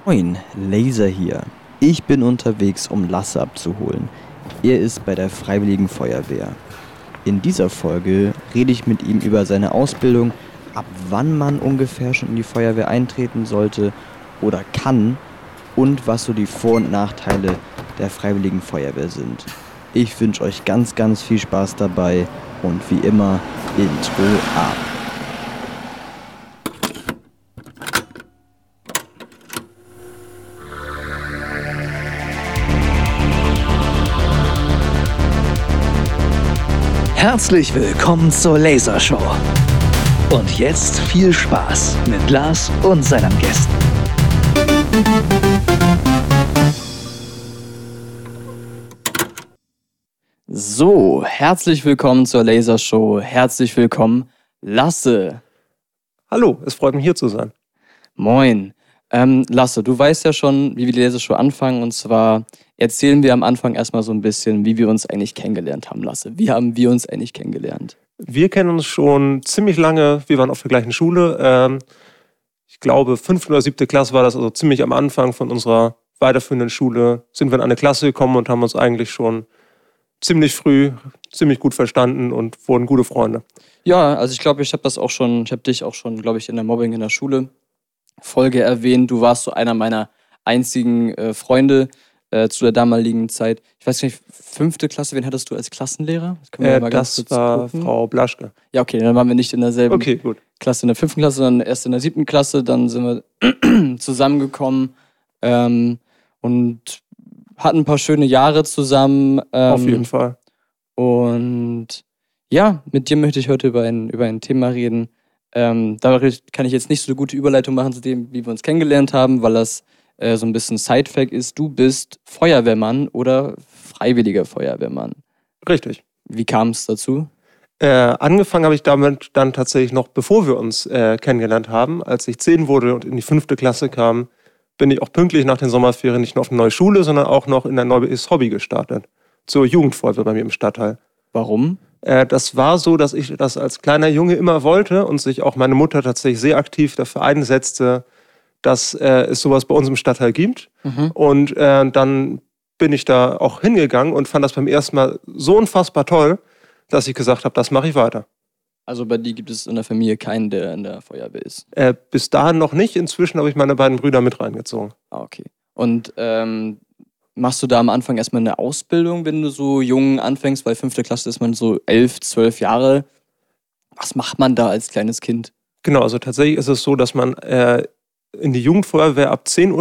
Moin, Laser hier. Ich bin unterwegs, um Lasse abzuholen. Er ist bei der Freiwilligen Feuerwehr. In dieser Folge rede ich mit ihm über seine Ausbildung, ab wann man ungefähr schon in die Feuerwehr eintreten sollte oder kann und was so die Vor- und Nachteile der Freiwilligen Feuerwehr sind. Ich wünsche euch ganz, ganz viel Spaß dabei und wie immer, Intro ab. Herzlich willkommen zur Lasershow. Und jetzt viel Spaß mit Lars und seinen Gästen. So, herzlich willkommen zur Lasershow. Herzlich willkommen, Lasse. Hallo, es freut mich hier zu sein. Moin. Lasse, du weißt ja schon, wie wir die Lasershow anfangen. Und zwar erzählen wir am Anfang erstmal so ein bisschen, wie wir uns eigentlich kennengelernt haben, Lasse. Wie haben wir uns eigentlich kennengelernt? Wir kennen uns schon ziemlich lange. Wir waren auf der gleichen Schule. Ich glaube, 5. oder 7. Klasse war das, also ziemlich am Anfang von unserer weiterführenden Schule, sind wir in eine Klasse gekommen und haben uns eigentlich schon ziemlich früh, ziemlich gut verstanden und wurden gute Freunde. Ja, also ich glaube, ich habe dich auch schon, glaube ich, in der Mobbing in der Schule Folge erwähnt. Du warst so einer meiner einzigen Freunde zu der damaligen Zeit. Ich weiß nicht, 5. Klasse, wen hattest du als Klassenlehrer? Das war Frau Blaschke. Ja, okay, dann waren wir nicht in derselben gut. Klasse in der 5. Klasse, sondern erst in der 7. Klasse. Dann sind wir zusammengekommen und hatten ein paar schöne Jahre zusammen. Auf jeden Fall. Und ja, mit dir möchte ich heute über ein Thema reden. Da kann ich jetzt nicht so eine gute Überleitung machen zu dem, wie wir uns kennengelernt haben, weil das so ein bisschen Side-Fact ist. Du bist Feuerwehrmann oder freiwilliger Feuerwehrmann. Richtig. Wie kam es dazu? Angefangen habe ich damit dann tatsächlich noch, bevor wir uns kennengelernt haben. Als ich 10 wurde und in die 5. Klasse kam, bin ich auch pünktlich nach den Sommerferien nicht nur auf eine neue Schule, sondern auch noch in ein neues Hobby gestartet. Zur Jugendfeuerwehr bei mir im Stadtteil. Warum? Das war so, dass ich das als kleiner Junge immer wollte und sich auch meine Mutter tatsächlich sehr aktiv dafür einsetzte, dass es sowas bei uns im Stadtteil gibt. Mhm. Und dann bin ich da auch hingegangen und fand das beim ersten Mal so unfassbar toll, dass ich gesagt habe, das mache ich weiter. Also bei dir gibt es in der Familie keinen, der in der Feuerwehr ist? Bis dahin noch nicht. Inzwischen habe ich meine beiden Brüder mit reingezogen. Ah, okay. Und machst du da am Anfang erstmal eine Ausbildung, wenn du so jung anfängst? Weil 5. Klasse ist man so 11, 12 Jahre. Was macht man da als kleines Kind? Genau, also tatsächlich ist es so, dass man in die Jugendfeuerwehr ab 10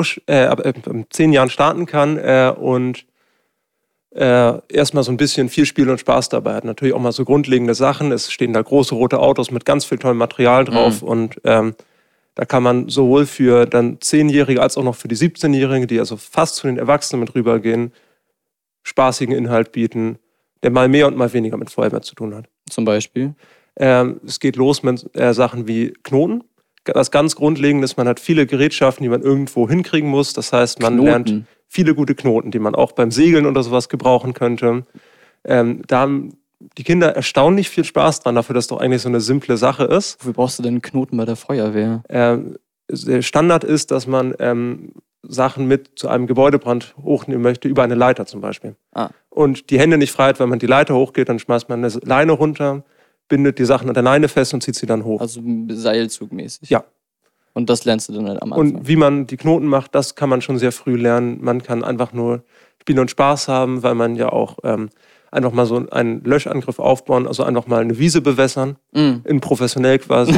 Jahren starten kann und erstmal so ein bisschen viel Spiel und Spaß dabei hat. Natürlich auch mal so grundlegende Sachen. Es stehen da große rote Autos mit ganz viel tollem Material drauf und da kann man sowohl für dann 10-Jährige als auch noch für die 17-Jährigen, die also fast zu den Erwachsenen mit rübergehen, spaßigen Inhalt bieten, der mal mehr und mal weniger mit Feuerwehr zu tun hat. Zum Beispiel? Es geht los mit Sachen wie Knoten. Was ganz grundlegend ist, man hat viele Gerätschaften, die man irgendwo hinkriegen muss. Das heißt, man lernt viele gute Knoten, die man auch beim Segeln oder sowas gebrauchen könnte. Da haben die Kinder erstaunlich viel Spaß dran, dafür, dass es doch eigentlich so eine simple Sache ist. Wofür brauchst du denn Knoten bei der Feuerwehr? Der Standard ist, dass man Sachen mit zu einem Gebäudebrand hochnehmen möchte, über eine Leiter zum Beispiel. Ah. Und die Hände nicht frei hat, wenn man die Leiter hochgeht, dann schmeißt man eine Leine runter, bindet die Sachen an der Leine fest und zieht sie dann hoch. Also Seilzugmäßig? Ja. Und das lernst du dann halt am Anfang? Und wie man die Knoten macht, das kann man schon sehr früh lernen. Man kann einfach nur Spiel und Spaß haben, weil man ja auch einfach mal so einen Löschangriff aufbauen, also einfach mal eine Wiese bewässern, in professionell quasi.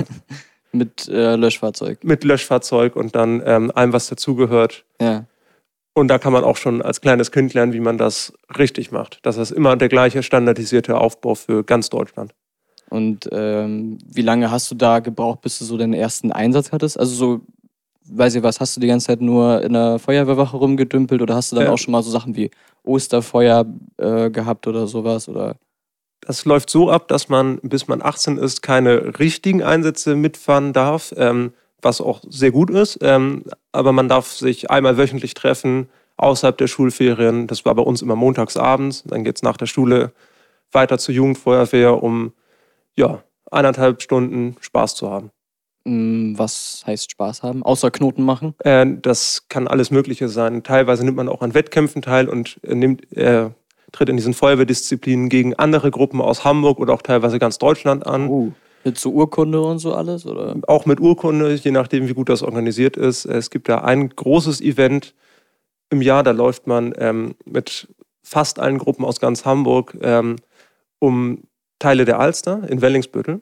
Mit Löschfahrzeug? Mit Löschfahrzeug und dann allem, was dazugehört. Ja. Und da kann man auch schon als kleines Kind lernen, wie man das richtig macht. Das ist immer der gleiche standardisierte Aufbau für ganz Deutschland. Und wie lange hast du da gebraucht, bis du so deinen ersten Einsatz hattest? Also so, weiß ich was, hast du die ganze Zeit nur in der Feuerwehrwache rumgedümpelt oder hast du dann auch schon mal so Sachen wie Osterfeuer gehabt oder sowas? Oder? Das läuft so ab, dass man, bis man 18 ist, keine richtigen Einsätze mitfahren darf, was auch sehr gut ist. Aber man darf sich einmal wöchentlich treffen, außerhalb der Schulferien. Das war bei uns immer montags abends. Dann geht es nach der Schule weiter zur Jugendfeuerwehr, um 1,5 Stunden Spaß zu haben. Was heißt Spaß haben? Außer Knoten machen? Das kann alles Mögliche sein. Teilweise nimmt man auch an Wettkämpfen teil und tritt in diesen Feuerwehrdisziplinen gegen andere Gruppen aus Hamburg oder auch teilweise ganz Deutschland an. Mit so Urkunde und so alles? Oder? Auch mit Urkunde, je nachdem, wie gut das organisiert ist. Es gibt da ein großes Event im Jahr, da läuft man mit fast allen Gruppen aus ganz Hamburg um Teile der Alster in Wellingsbüttel.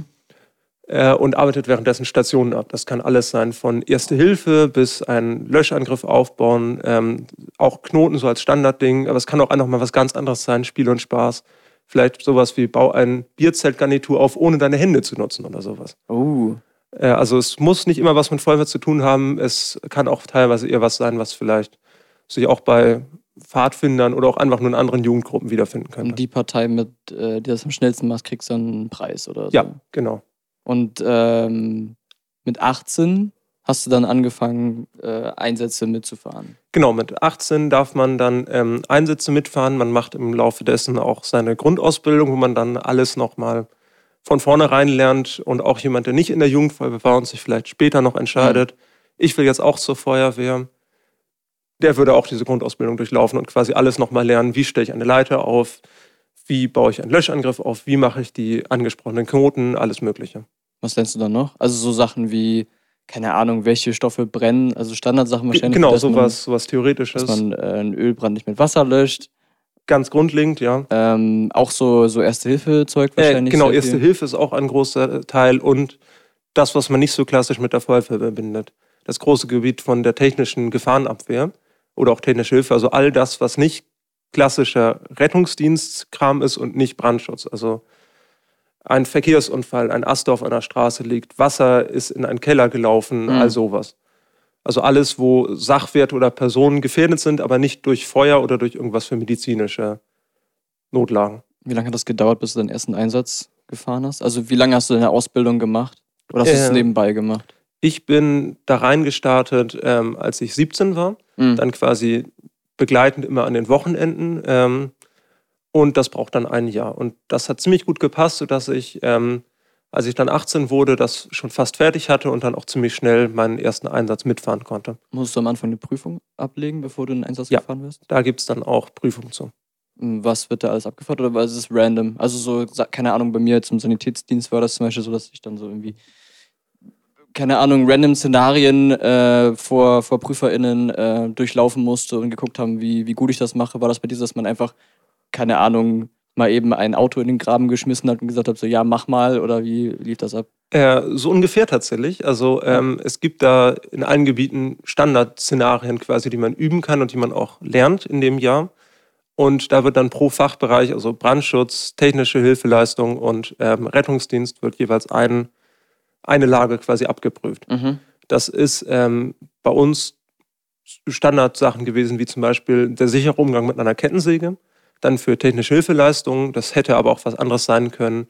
Und arbeitet währenddessen Stationen ab. Das kann alles sein, von Erste Hilfe bis einen Löschangriff aufbauen, auch Knoten so als Standardding, aber es kann auch einfach mal was ganz anderes sein, Spiel und Spaß. Vielleicht sowas wie, bau ein Bierzeltgarnitur auf, ohne deine Hände zu nutzen oder sowas. Also es muss nicht immer was mit Feuerwehr zu tun haben, es kann auch teilweise eher was sein, was vielleicht sich auch bei Pfadfindern oder auch einfach nur in anderen Jugendgruppen wiederfinden könnte. Und die Partei, die das am schnellsten macht, kriegt dann einen Preis oder so? Ja, genau. Und mit 18 hast du dann angefangen, Einsätze mitzufahren? Genau, mit 18 darf man dann Einsätze mitfahren. Man macht im Laufe dessen auch seine Grundausbildung, wo man dann alles nochmal von vornherein lernt. Und auch jemand, der nicht in der Jugendfeuerwehr war und sich vielleicht später noch entscheidet, ich will jetzt auch zur Feuerwehr, der würde auch diese Grundausbildung durchlaufen und quasi alles nochmal lernen. Wie stelle ich eine Leiter auf? Wie baue ich einen Löschangriff auf? Wie mache ich die angesprochenen Knoten? Alles Mögliche. Was lernst du dann noch? Also so Sachen wie, keine Ahnung, welche Stoffe brennen, also Standardsachen wahrscheinlich. Genau, sowas Theoretisches. Dass man einen Ölbrand nicht mit Wasser löscht. Ganz grundlegend, ja. Auch so Erste-Hilfe-Zeug wahrscheinlich. Genau, Erste Hilfe ist auch ein großer Teil und das, was man nicht so klassisch mit der Feuerwehr verbindet. Das große Gebiet von der technischen Gefahrenabwehr oder auch technische Hilfe, also all das, was nicht klassischer Rettungsdienstkram ist und nicht Brandschutz. Also ein Verkehrsunfall, ein Ast auf einer Straße liegt, Wasser ist in einen Keller gelaufen, all sowas. Also alles, wo Sachwerte oder Personen gefährdet sind, aber nicht durch Feuer oder durch irgendwas für medizinische Notlagen. Wie lange hat das gedauert, bis du deinen ersten Einsatz gefahren hast? Also wie lange hast du deine Ausbildung gemacht? Oder hast du es nebenbei gemacht? Ich bin da reingestartet, als ich 17 war. Dann quasi begleitend immer an den Wochenenden. Und das braucht dann ein Jahr. Und das hat ziemlich gut gepasst, sodass ich, als ich dann 18 wurde, das schon fast fertig hatte und dann auch ziemlich schnell meinen ersten Einsatz mitfahren konnte. Musst du am Anfang eine Prüfung ablegen, bevor du in den Einsatz gefahren wirst? Da gibt es dann auch Prüfungen zu. Was wird da alles abgefahren oder ist es random? Also so, keine Ahnung, bei mir jetzt im Sanitätsdienst war das zum Beispiel so, dass ich dann so irgendwie, keine Ahnung, random Szenarien vor PrüferInnen durchlaufen musste und geguckt haben, wie gut ich das mache. War das bei dir, dass man einfach, keine Ahnung, mal eben ein Auto in den Graben geschmissen hat und gesagt hat, so ja, mach mal, oder wie lief das ab? So ungefähr tatsächlich. Also es gibt da in allen Gebieten Standardszenarien quasi, die man üben kann und die man auch lernt in dem Jahr. Und da wird dann pro Fachbereich, also Brandschutz, technische Hilfeleistung und Rettungsdienst, wird jeweils eine Lage quasi abgeprüft. Das ist bei uns Standardsachen gewesen, wie zum Beispiel der sichere Umgang mit einer Kettensäge. Dann für technische Hilfeleistungen, das hätte aber auch was anderes sein können.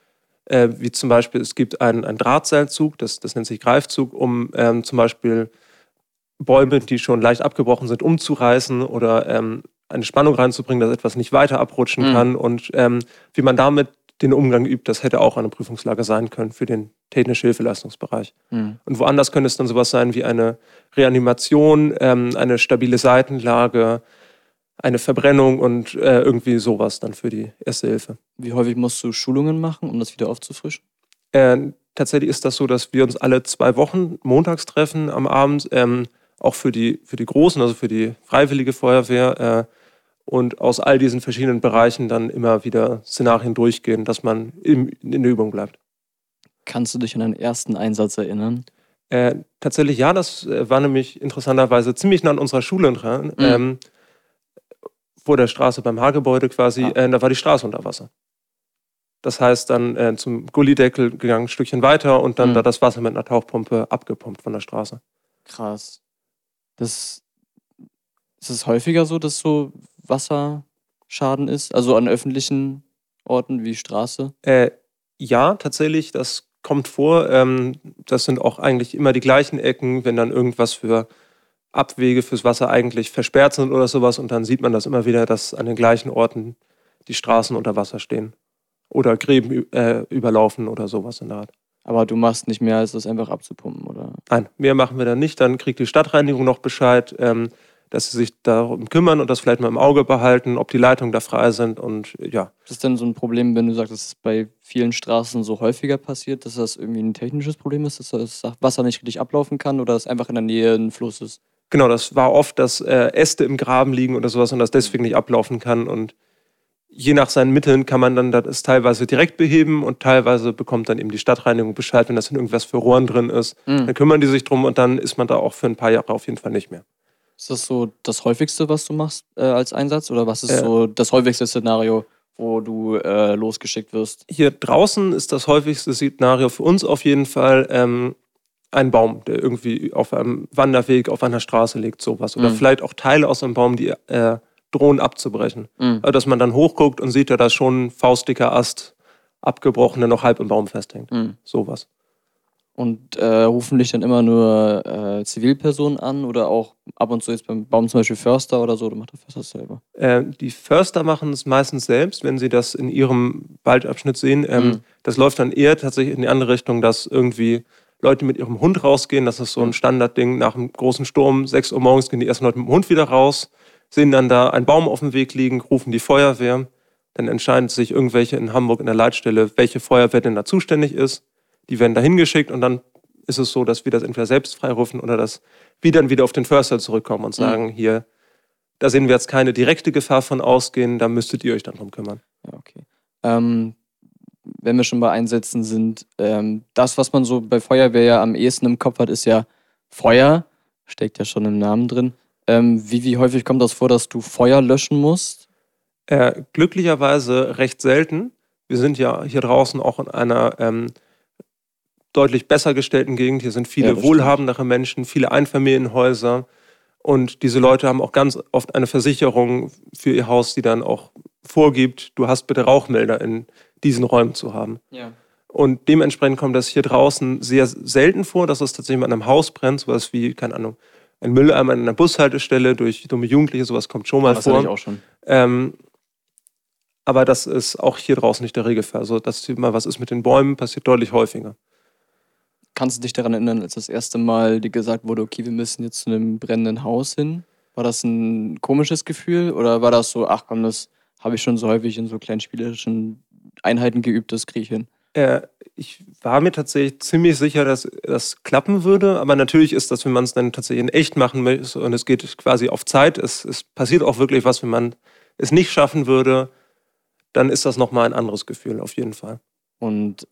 Wie zum Beispiel, es gibt einen Drahtseilzug, das nennt sich Greifzug, um zum Beispiel Bäume, die schon leicht abgebrochen sind, umzureißen oder eine Spannung reinzubringen, dass etwas nicht weiter abrutschen kann. Und wie man damit den Umgang übt, das hätte auch eine Prüfungslage sein können für den technische Hilfeleistungsbereich. Und woanders könnte es dann sowas sein wie eine Reanimation, eine stabile Seitenlage, eine Verbrennung und irgendwie sowas dann für die Erste Hilfe. Wie häufig musst du Schulungen machen, um das wieder aufzufrischen? Tatsächlich ist das so, dass wir uns alle 2 Wochen montags treffen am Abend, auch für die Großen, also für die Freiwillige Feuerwehr und aus all diesen verschiedenen Bereichen dann immer wieder Szenarien durchgehen, dass man in der Übung bleibt. Kannst du dich an deinen ersten Einsatz erinnern? Tatsächlich ja, das war nämlich interessanterweise ziemlich nah an unserer Schule dran. Vor der Straße beim Haargebäude quasi, da war die Straße unter Wasser. Das heißt, dann zum Gullideckel gegangen, ein Stückchen weiter und dann da das Wasser mit einer Tauchpumpe abgepumpt von der Straße. Krass. Ist es häufiger so, dass so Wasserschaden ist? Also an öffentlichen Orten wie Straße? Ja, tatsächlich, das kommt vor. Das sind auch eigentlich immer die gleichen Ecken, wenn dann irgendwas für Abwege fürs Wasser eigentlich versperrt sind oder sowas und dann sieht man das immer wieder, dass an den gleichen Orten die Straßen unter Wasser stehen oder Gräben überlaufen oder sowas in der Art. Aber du machst nicht mehr, als das einfach abzupumpen, oder? Nein, mehr machen wir dann nicht. Dann kriegt die Stadtreinigung noch Bescheid, dass sie sich darum kümmern und das vielleicht mal im Auge behalten, ob die Leitungen da frei sind und ja. Ist das denn so ein Problem, wenn du sagst, dass es bei vielen Straßen so häufiger passiert, dass das irgendwie ein technisches Problem ist, dass das Wasser nicht richtig ablaufen kann oder dass einfach in der Nähe ein Fluss ist? Genau, das war oft, dass Äste im Graben liegen oder sowas und das deswegen nicht ablaufen kann. Und je nach seinen Mitteln kann man dann das teilweise direkt beheben und teilweise bekommt dann eben die Stadtreinigung Bescheid, wenn das in irgendwas für Rohren drin ist. Dann kümmern die sich drum und dann ist man da auch für ein paar Jahre auf jeden Fall nicht mehr. Ist das so das häufigste, was du machst als Einsatz? Oder was ist so das häufigste Szenario, wo du losgeschickt wirst? Hier draußen ist das häufigste Szenario für uns auf jeden Fall ein Baum, der irgendwie auf einem Wanderweg, auf einer Straße liegt, sowas. Oder vielleicht auch Teile aus einem Baum, die drohen abzubrechen. Also, dass man dann hochguckt und sieht, da ist schon ein faustdicker Ast abgebrochen, der noch halb im Baum festhängt. Sowas. Und rufen dich dann immer nur Zivilpersonen an oder auch ab und zu jetzt beim Baum zum Beispiel Förster oder so, oder macht der Förster das selber? Die Förster machen es meistens selbst, wenn sie das in ihrem Waldabschnitt sehen. Das läuft dann eher tatsächlich in die andere Richtung, dass irgendwie Leute mit ihrem Hund rausgehen. Das ist so ein Standardding. Nach einem großen Sturm, 6 Uhr morgens, gehen die ersten Leute mit dem Hund wieder raus, sehen dann da einen Baum auf dem Weg liegen, rufen die Feuerwehr. Dann entscheiden sich irgendwelche in Hamburg in der Leitstelle, welche Feuerwehr denn da zuständig ist. Die werden da hingeschickt und dann ist es so, dass wir das entweder selbst freirufen oder dass wir dann wieder auf den Förster zurückkommen und sagen, hier, da sehen wir jetzt keine direkte Gefahr von ausgehen, da müsstet ihr euch dann drum kümmern. Ja, okay. Wenn wir schon bei Einsätzen sind, das, was man so bei Feuerwehr ja am ehesten im Kopf hat, ist ja Feuer, steckt ja schon im Namen drin. Wie häufig kommt das vor, dass du Feuer löschen musst? Glücklicherweise recht selten. Wir sind ja hier draußen auch in einer deutlich besser gestellten Gegend. Hier sind viele wohlhabendere Menschen, viele Einfamilienhäuser. Und diese Leute haben auch ganz oft eine Versicherung für ihr Haus, die dann auch vorgibt, du hast bitte Rauchmelder in diesen Räumen zu haben. Ja. Und dementsprechend kommt das hier draußen sehr selten vor, dass es tatsächlich mal an einem Haus brennt. Sowas wie, keine Ahnung, ein Mülleimer an einer Bushaltestelle durch dumme Jugendliche, sowas kommt schon mal vor. Das hatte ich auch schon. Aber das ist auch hier draußen nicht der Regelfall. Also, dass mal was ist mit den Bäumen, passiert deutlich häufiger. Kannst du dich daran erinnern, als das erste Mal dir gesagt wurde, okay, wir müssen jetzt zu einem brennenden Haus hin? War das ein komisches Gefühl oder war das so, ach komm, das habe ich schon so häufig in so kleinen spielerischen Einheiten geübt, das kriege ich hin? Ich war mir tatsächlich ziemlich sicher, dass das klappen würde, aber natürlich ist das, wenn man es dann tatsächlich in echt machen möchte und es geht quasi auf Zeit, es passiert auch wirklich was, wenn man es nicht schaffen würde, dann ist das nochmal ein anderes Gefühl, auf jeden Fall. Und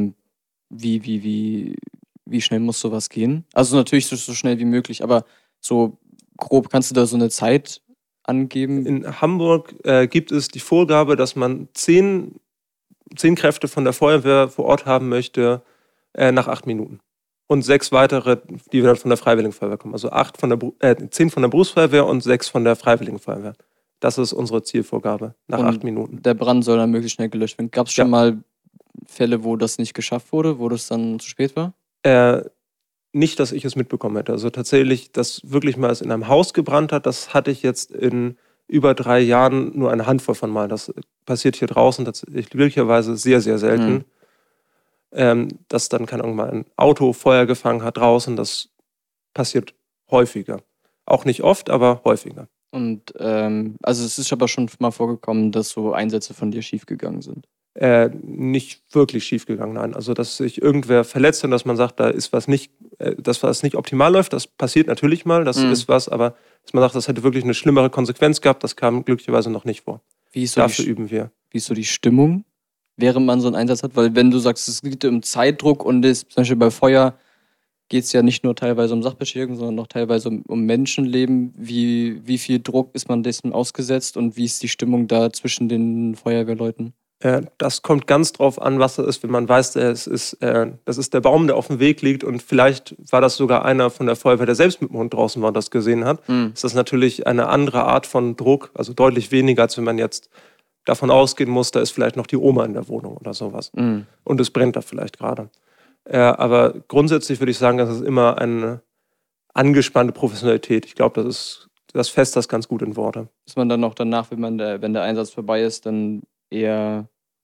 wie schnell muss sowas gehen? Also natürlich so schnell wie möglich, aber so grob kannst du da so eine Zeit angeben? In Hamburg gibt es die Vorgabe, dass man 10 Kräfte von der Feuerwehr vor Ort haben möchte nach 8 Minuten. Und 6 weitere, die dann von der Freiwilligen Feuerwehr kommen. Also 10 von der Berufsfeuerwehr und 6 von der Freiwilligen Feuerwehr. Das ist unsere Zielvorgabe nach 8 Minuten. Der Brand soll dann möglichst schnell gelöscht werden. Gab es schon mal Fälle, wo das nicht geschafft wurde, wo das dann zu spät war? Nicht, dass ich es mitbekommen hätte. Also tatsächlich, dass wirklich mal es in einem Haus gebrannt hat, das hatte ich jetzt in über 3 Jahren nur eine Handvoll von Mal. Das passiert hier draußen tatsächlich glücklicherweise sehr, sehr selten. Dass dann, keine Ahnung, mal ein Auto Feuer gefangen hat draußen, das passiert häufiger. Auch nicht oft, aber häufiger. Und also es ist aber schon mal vorgekommen, dass so Einsätze von dir schiefgegangen sind? Nicht wirklich schiefgegangen, nein. Also, dass sich irgendwer verletzt und dass man sagt, da ist was nicht, dass was nicht optimal läuft, das passiert natürlich mal, das ist was, aber dass man sagt, das hätte wirklich eine schlimmere Konsequenz gehabt, das kam glücklicherweise noch nicht vor. Dafür üben wir. Wie ist so die Stimmung, während man so einen Einsatz hat? Weil wenn du sagst, es geht um Zeitdruck und zum Beispiel bei Feuer geht es ja nicht nur teilweise um Sachbeschädigung, sondern auch teilweise um Menschenleben. Wie viel Druck ist man dessen ausgesetzt und wie ist die Stimmung da zwischen den Feuerwehrleuten? Das kommt ganz drauf an, was es ist. Wenn man weiß, das ist der Baum, der auf dem Weg liegt und vielleicht war das sogar einer von der Feuerwehr, der selbst mit dem Hund draußen war und das gesehen hat, ist das natürlich eine andere Art von Druck, also deutlich weniger, als wenn man jetzt davon ausgehen muss, da ist vielleicht noch die Oma in der Wohnung oder sowas. Und es brennt da vielleicht gerade. Aber grundsätzlich würde ich sagen, das ist immer eine angespannte Professionalität. Ich glaube, das fasst das ganz gut in Worte. Ist man dann auch danach, wenn der Einsatz vorbei ist, dann eher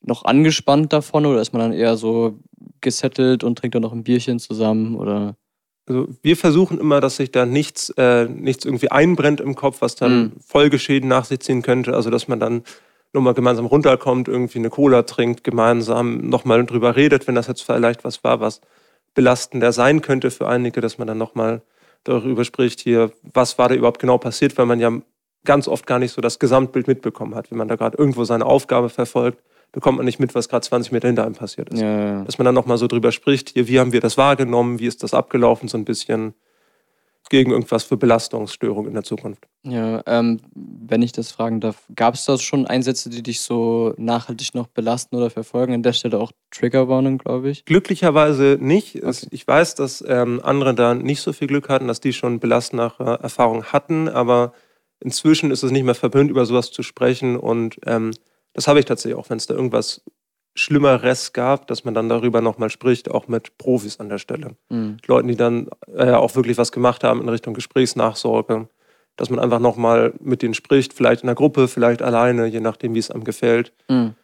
noch angespannt davon oder ist man dann eher so gesettelt und trinkt dann noch ein Bierchen zusammen oder? Also wir versuchen immer, dass sich da nichts irgendwie einbrennt im Kopf, was dann Folgeschäden nach sich ziehen könnte. Also dass man dann nochmal gemeinsam runterkommt, irgendwie eine Cola trinkt, gemeinsam nochmal drüber redet, wenn das jetzt vielleicht was war, was belastender sein könnte für einige, dass man dann nochmal darüber spricht, hier, was war da überhaupt genau passiert, weil man ja ganz oft gar nicht so das Gesamtbild mitbekommen hat. Wenn man da gerade irgendwo seine Aufgabe verfolgt, bekommt man nicht mit, was gerade 20 Meter hinter einem passiert ist. Ja. Dass man dann nochmal so drüber spricht, hier, wie haben wir das wahrgenommen, wie ist das abgelaufen, so ein bisschen gegen irgendwas für Belastungsstörung in der Zukunft. Ja, wenn ich das fragen darf, gab es da schon Einsätze, die dich so nachhaltig noch belasten oder verfolgen? An der Stelle auch Triggerwarnung, glaube ich. Glücklicherweise nicht. Okay. Ich weiß, dass andere da nicht so viel Glück hatten, dass die schon belastende Erfahrungen hatten, aber inzwischen ist es nicht mehr verpönt, über sowas zu sprechen und das habe ich tatsächlich auch, wenn es da irgendwas Schlimmeres gab, dass man dann darüber nochmal spricht, auch mit Profis an der Stelle. Leuten, die dann auch wirklich was gemacht haben in Richtung Gesprächsnachsorge, dass man einfach nochmal mit denen spricht, vielleicht in der Gruppe, vielleicht alleine, je nachdem, wie es einem gefällt.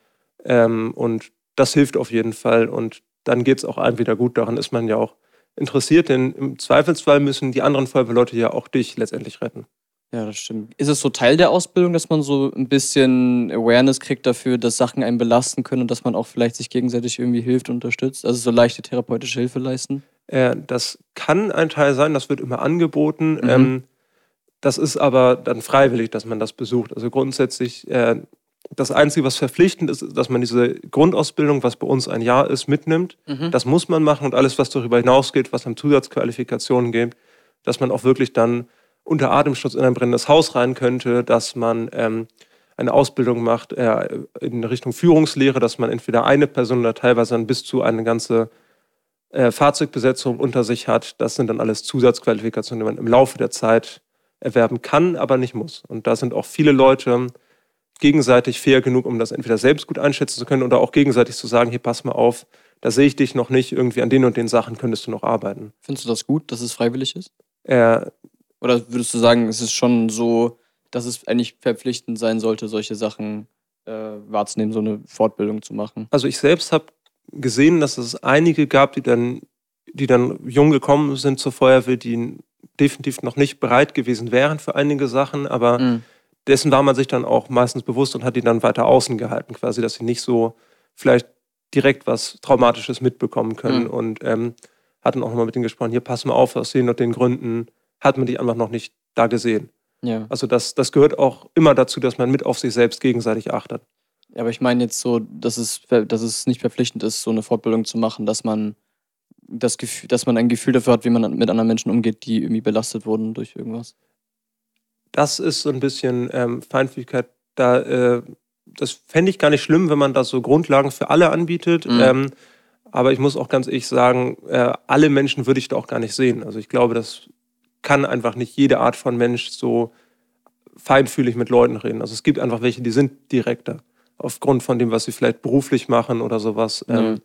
Und das hilft auf jeden Fall und dann geht es auch einem wieder gut. Daran ist man ja auch interessiert, denn im Zweifelsfall müssen die anderen Feuerwehrleute ja auch dich letztendlich retten. Ja, das stimmt. Ist es so Teil der Ausbildung, dass man so ein bisschen Awareness kriegt dafür, dass Sachen einen belasten können und dass man auch vielleicht sich gegenseitig irgendwie hilft und unterstützt? Also so leichte therapeutische Hilfe leisten? Das kann ein Teil sein, das wird immer angeboten. Das ist aber dann freiwillig, dass man das besucht. Also grundsätzlich, das Einzige, was verpflichtend ist, dass man diese Grundausbildung, was bei uns ein Jahr ist, mitnimmt. Das muss man machen und alles, was darüber hinausgeht, was an Zusatzqualifikationen gibt, dass man auch wirklich dann unter Atemschutz in ein brennendes Haus rein könnte, dass man eine Ausbildung macht in Richtung Führungslehre, dass man entweder eine Person oder teilweise dann bis zu eine ganze Fahrzeugbesetzung unter sich hat. Das sind dann alles Zusatzqualifikationen, die man im Laufe der Zeit erwerben kann, aber nicht muss. Und da sind auch viele Leute gegenseitig fair genug, um das entweder selbst gut einschätzen zu können oder auch gegenseitig zu sagen, hier, pass mal auf, da sehe ich dich noch nicht, irgendwie an den und den Sachen könntest du noch arbeiten. Findest du das gut, dass es freiwillig ist? Oder würdest du sagen, es ist schon so, dass es eigentlich verpflichtend sein sollte, solche Sachen wahrzunehmen, so eine Fortbildung zu machen? Also ich selbst habe gesehen, dass es einige gab, die dann jung gekommen sind zur Feuerwehr, die definitiv noch nicht bereit gewesen wären für einige Sachen, aber dessen war man sich dann auch meistens bewusst und hat die dann weiter außen gehalten, quasi, dass sie nicht so vielleicht direkt was Traumatisches mitbekommen können und hat dann auch nochmal mit denen gesprochen, hier, pass mal auf, aus den und den Gründen hat man die einfach noch nicht da gesehen. Ja. Also das gehört auch immer dazu, dass man mit auf sich selbst gegenseitig achtet. Ja, aber ich meine jetzt so, dass es nicht verpflichtend ist, so eine Fortbildung zu machen, dass man ein Gefühl dafür hat, wie man mit anderen Menschen umgeht, die irgendwie belastet wurden durch irgendwas. Das ist so ein bisschen Feinfühligkeit. Das fände ich gar nicht schlimm, wenn man da so Grundlagen für alle anbietet. Aber ich muss auch ganz ehrlich sagen, alle Menschen würde ich da auch gar nicht sehen. Also ich glaube, das kann einfach nicht jede Art von Mensch so feinfühlig mit Leuten reden. Also es gibt einfach welche, die sind direkter. Aufgrund von dem, was sie vielleicht beruflich machen oder sowas.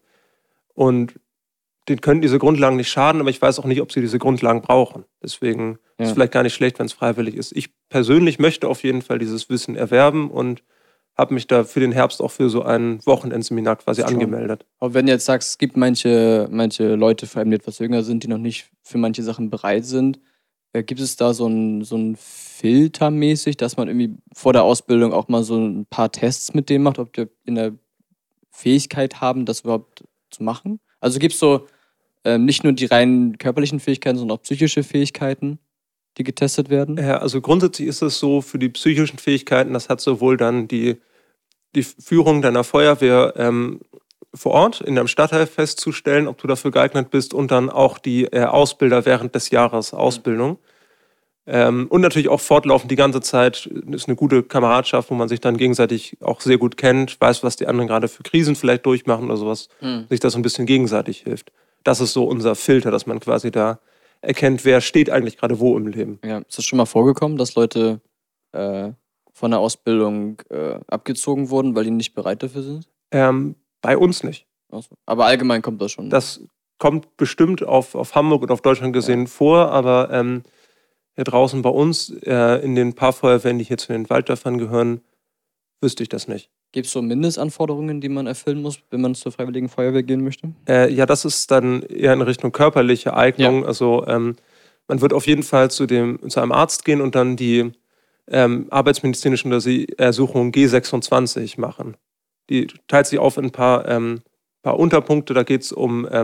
Und denen können diese Grundlagen nicht schaden, aber ich weiß auch nicht, ob sie diese Grundlagen brauchen. Deswegen ist es vielleicht gar nicht schlecht, wenn es freiwillig ist. Ich persönlich möchte auf jeden Fall dieses Wissen erwerben und habe mich da für den Herbst auch für so ein Wochenendseminar quasi angemeldet. Aber wenn du jetzt sagst, es gibt manche Leute, vor allem die etwas jünger sind, die noch nicht für manche Sachen bereit sind, gibt es da so ein Filter mäßig, dass man irgendwie vor der Ausbildung auch mal so ein paar Tests mit denen macht, ob die in der Fähigkeit haben, das überhaupt zu machen? Also gibt es so nicht nur die rein körperlichen Fähigkeiten, sondern auch psychische Fähigkeiten, die getestet werden? Ja, also grundsätzlich ist es so, für die psychischen Fähigkeiten, das hat sowohl dann die Führung deiner Feuerwehr vor Ort in deinem Stadtteil festzustellen, ob du dafür geeignet bist und dann auch die Ausbilder während des Jahres Ausbildung. Und natürlich auch fortlaufend die ganze Zeit ist eine gute Kameradschaft, wo man sich dann gegenseitig auch sehr gut kennt, weiß, was die anderen gerade für Krisen vielleicht durchmachen oder sowas, sich das so ein bisschen gegenseitig hilft. Das ist so unser Filter, dass man quasi da erkennt, wer steht eigentlich gerade wo im Leben. Ja, ist das schon mal vorgekommen, dass Leute von der Ausbildung abgezogen wurden, weil die nicht bereit dafür sind? Bei uns nicht. Also, aber allgemein kommt das schon. Das kommt bestimmt auf Hamburg und auf Deutschland gesehen vor, aber hier draußen bei uns, in den paar Feuerwehren, die hier zu den Walddörfern gehören, wüsste ich das nicht. Gibt es so Mindestanforderungen, die man erfüllen muss, wenn man zur Freiwilligen Feuerwehr gehen möchte? Ja, das ist dann eher in Richtung körperliche Eignung. Ja. Also man wird auf jeden Fall zu einem Arzt gehen und dann die arbeitsmedizinische Untersuchung G26 machen. Die teilt sich auf in ein paar Unterpunkte. Da geht es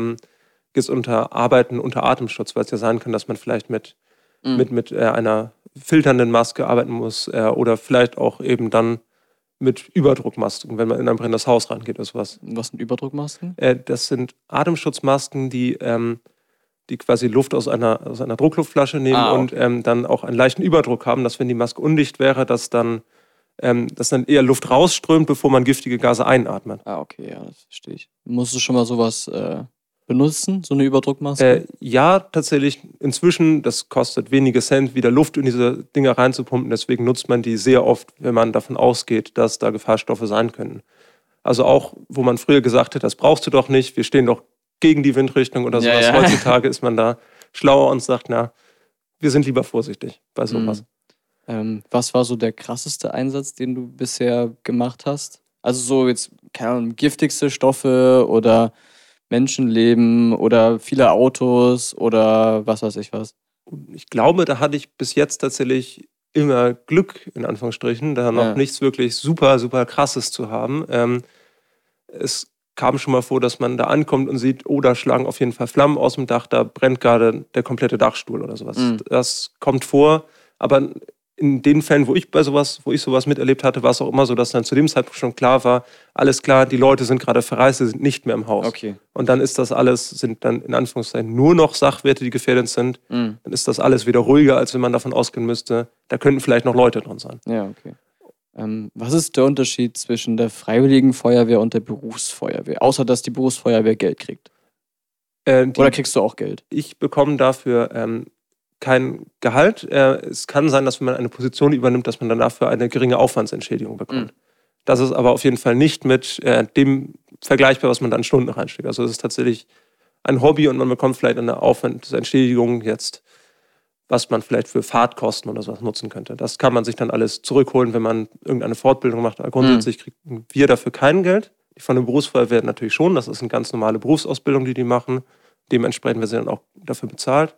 unter Arbeiten unter Atemschutz, weil es ja sein kann, dass man vielleicht mit einer filternden Maske arbeiten muss oder vielleicht auch eben dann mit Überdruckmasken, wenn man in ein brennendes Haus reingeht oder sowas. Was sind Überdruckmasken? Das sind Atemschutzmasken, die quasi Luft aus einer Druckluftflasche nehmen und dann auch einen leichten Überdruck haben, dass wenn die Maske undicht wäre, dass dann eher Luft rausströmt, bevor man giftige Gase einatmet. Okay, ja, das verstehe ich. Musst du schon mal sowas benutzen, so eine Überdruckmaske? Ja, tatsächlich inzwischen. Das kostet wenige Cent, wieder Luft in diese Dinger reinzupumpen. Deswegen nutzt man die sehr oft, wenn man davon ausgeht, dass da Gefahrstoffe sein können. Also auch, wo man früher gesagt hat, das brauchst du doch nicht, wir stehen doch gegen die Windrichtung oder sowas. Ja. Heutzutage ist man da schlauer und sagt, na, wir sind lieber vorsichtig bei sowas. Was war so der krasseste Einsatz, den du bisher gemacht hast? Also so jetzt, keine Ahnung, giftigste Stoffe oder Menschenleben oder viele Autos oder was weiß ich was. Ich glaube, da hatte ich bis jetzt tatsächlich immer Glück, in Anführungsstrichen, da noch nichts wirklich super, super Krasses zu haben. Es kam schon mal vor, dass man da ankommt und sieht, da schlagen auf jeden Fall Flammen aus dem Dach, da brennt gerade der komplette Dachstuhl oder sowas. Das kommt vor, aber in den Fällen, wo ich sowas miterlebt hatte, war es auch immer so, dass dann zu dem Zeitpunkt schon klar war, alles klar, die Leute sind gerade verreist, sie sind nicht mehr im Haus. Okay. Und dann sind dann in Anführungszeichen nur noch Sachwerte, die gefährdet sind. Dann ist das alles wieder ruhiger, als wenn man davon ausgehen müsste, da könnten vielleicht noch Leute drin sein. Ja, okay. Was ist der Unterschied zwischen der Freiwilligen Feuerwehr und der Berufsfeuerwehr? Außer, dass die Berufsfeuerwehr Geld kriegt. Oder kriegst du auch Geld? Ich bekomme dafür kein Gehalt. Es kann sein, dass wenn man eine Position übernimmt, dass man dann dafür eine geringe Aufwandsentschädigung bekommt. Das ist aber auf jeden Fall nicht mit dem vergleichbar, was man dann Stunden reinsteckt. Also es ist tatsächlich ein Hobby und man bekommt vielleicht eine Aufwandsentschädigung jetzt, was man vielleicht für Fahrtkosten oder sowas nutzen könnte. Das kann man sich dann alles zurückholen, wenn man irgendeine Fortbildung macht. Aber grundsätzlich kriegen wir dafür kein Geld. Die von der Berufsfeuerwehr natürlich schon. Das ist eine ganz normale Berufsausbildung, die machen. Dementsprechend werden sie dann auch dafür bezahlt.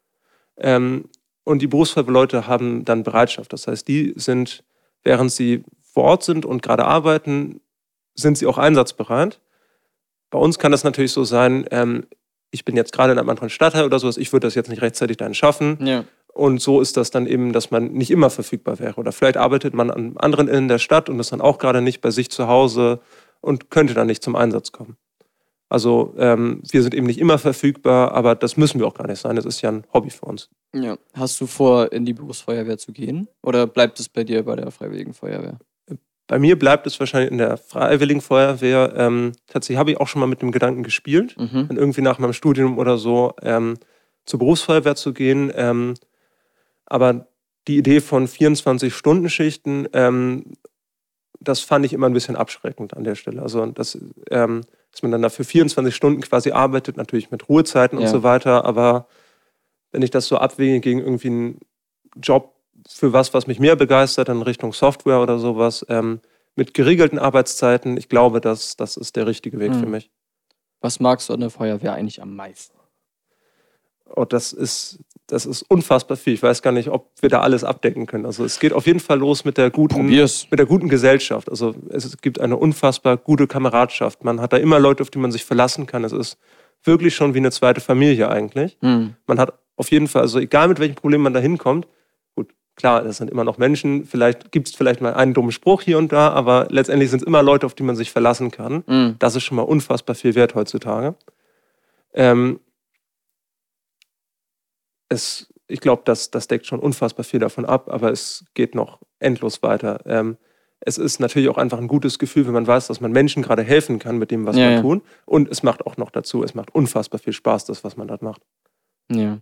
Und die Berufsfeuerwehrleute haben dann Bereitschaft. Das heißt, die sind, während sie vor Ort sind und gerade arbeiten, sind sie auch einsatzbereit. Bei uns kann das natürlich so sein, ich bin jetzt gerade in einem anderen Stadtteil oder sowas, ich würde das jetzt nicht rechtzeitig dann schaffen. Ja. Und so ist das dann eben, dass man nicht immer verfügbar wäre. Oder vielleicht arbeitet man an einem anderen Ende der Stadt und ist dann auch gerade nicht bei sich zu Hause und könnte dann nicht zum Einsatz kommen. Also wir sind eben nicht immer verfügbar, aber das müssen wir auch gar nicht sein. Das ist ja ein Hobby für uns. Ja. Hast du vor, in die Berufsfeuerwehr zu gehen? Oder bleibt es bei dir bei der Freiwilligen Feuerwehr? Bei mir bleibt es wahrscheinlich in der Freiwilligen Feuerwehr. Tatsächlich habe ich auch schon mal mit dem Gedanken gespielt, dann irgendwie nach meinem Studium oder so zur Berufsfeuerwehr zu gehen. Aber die Idee von 24-Stunden-Schichten, das fand ich immer ein bisschen abschreckend an der Stelle. Also dass man dann dafür 24 Stunden quasi arbeitet, natürlich mit Ruhezeiten und so weiter. Aber wenn ich das so abwäge gegen irgendwie einen Job für was mich mehr begeistert, in Richtung Software oder sowas, mit geregelten Arbeitszeiten, ich glaube, das ist der richtige Weg für mich. Was magst du an der Feuerwehr eigentlich am meisten? Das ist unfassbar viel. Ich weiß gar nicht, ob wir da alles abdecken können. Also es geht auf jeden Fall los mit der guten Gesellschaft. Also es gibt eine unfassbar gute Kameradschaft. Man hat da immer Leute, auf die man sich verlassen kann. Es ist wirklich schon wie eine zweite Familie eigentlich. Man hat auf jeden Fall, also egal mit welchem Problem man da hinkommt, gut, klar, das sind immer noch Menschen, gibt es vielleicht mal einen dummen Spruch hier und da, aber letztendlich sind es immer Leute, auf die man sich verlassen kann. Das ist schon mal unfassbar viel wert heutzutage. Ich glaube, das deckt schon unfassbar viel davon ab, aber es geht noch endlos weiter. Es ist natürlich auch einfach ein gutes Gefühl, wenn man weiß, dass man Menschen gerade helfen kann mit dem, was man tut. Und es macht auch noch dazu, es macht unfassbar viel Spaß, das, was man dort macht. Ja.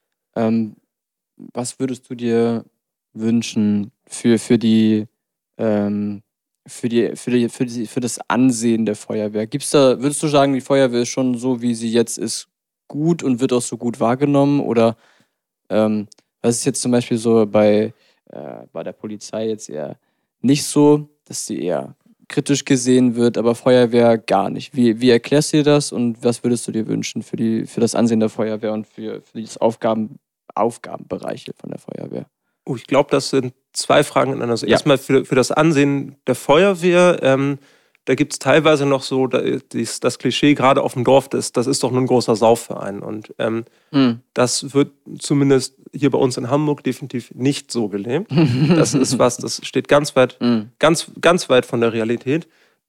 Was würdest du dir wünschen für das Ansehen der Feuerwehr? Würdest du sagen, die Feuerwehr ist schon so, wie sie jetzt ist, gut und wird auch so gut wahrgenommen? Oder was ist jetzt zum Beispiel so bei der Polizei jetzt eher nicht so, dass sie eher kritisch gesehen wird, aber Feuerwehr gar nicht. Wie erklärst du dir das und was würdest du dir wünschen für das Ansehen der Feuerwehr und für die Aufgabenbereiche von der Feuerwehr? Ich glaube, das sind zwei Fragen ineinander. Also Ja. erstmal für das Ansehen der Feuerwehr. Da gibt es teilweise noch so das Klischee, gerade auf dem Dorf, das ist doch nur ein großer Saufverein. Und das wird zumindest hier bei uns in Hamburg definitiv nicht so gelebt. Das ist das steht ganz weit, ganz weit von der Realität.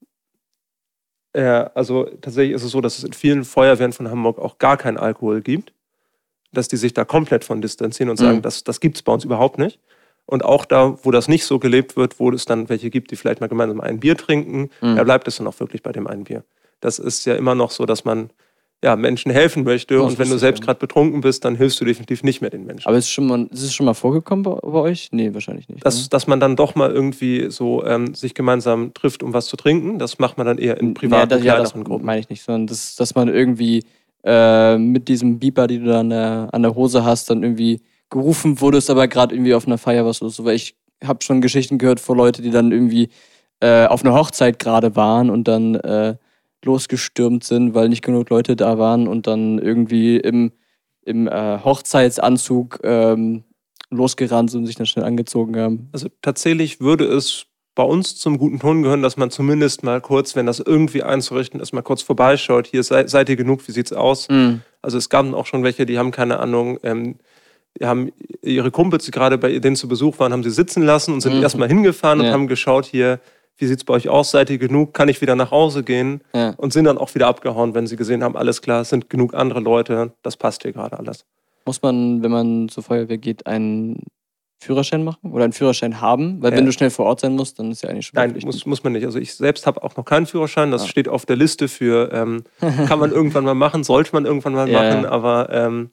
Also tatsächlich ist es so, dass es in vielen Feuerwehren von Hamburg auch gar keinen Alkohol gibt. Dass die sich da komplett von distanzieren und sagen, das gibt es bei uns überhaupt nicht. Und auch da, wo das nicht so gelebt wird, wo es dann welche gibt, die vielleicht mal gemeinsam ein Bier trinken, da bleibt es dann auch wirklich bei dem einen Bier. Das ist ja immer noch so, dass man Menschen helfen möchte. Und wenn du selbst gerade betrunken bist, dann hilfst du definitiv nicht mehr den Menschen. Aber ist es schon mal vorgekommen bei euch? Nee, wahrscheinlich nicht. Dass man dann doch mal irgendwie so sich gemeinsam trifft, um was zu trinken, das macht man dann eher in privaten, kleineren Gruppen. Meine ich nicht, sondern dass man irgendwie mit diesem Beeper, die du da an der Hose hast, dann irgendwie gerufen wurdest, aber gerade irgendwie auf einer Feier was los. Weil ich habe schon Geschichten gehört von Leuten, die dann irgendwie auf einer Hochzeit gerade waren und dann losgestürmt sind, weil nicht genug Leute da waren und dann irgendwie im Hochzeitsanzug losgerannt sind und sich dann schnell angezogen haben. Also tatsächlich würde es bei uns zum guten Ton gehören, dass man zumindest mal kurz, wenn das irgendwie einzurichten ist, mal kurz vorbeischaut. Hier seid ihr genug, wie sieht's aus? Also es gab auch schon welche, die haben keine Ahnung, die haben ihre Kumpels, die gerade bei denen zu Besuch waren, haben sie sitzen lassen und sind erstmal hingefahren und haben geschaut, hier, wie sieht's bei euch aus? Seid ihr genug? Kann ich wieder nach Hause gehen? Und sind dann auch wieder abgehauen, wenn sie gesehen haben, alles klar, es sind genug andere Leute, das passt hier gerade alles. Muss man, wenn man zur Feuerwehr geht, einen Führerschein machen oder einen Führerschein haben? Weil wenn du schnell vor Ort sein musst, dann ist ja eigentlich schon Nein, muss man nicht. Also ich selbst habe auch noch keinen Führerschein. Das steht auf der Liste für, kann man irgendwann mal machen, sollte man irgendwann mal machen, aber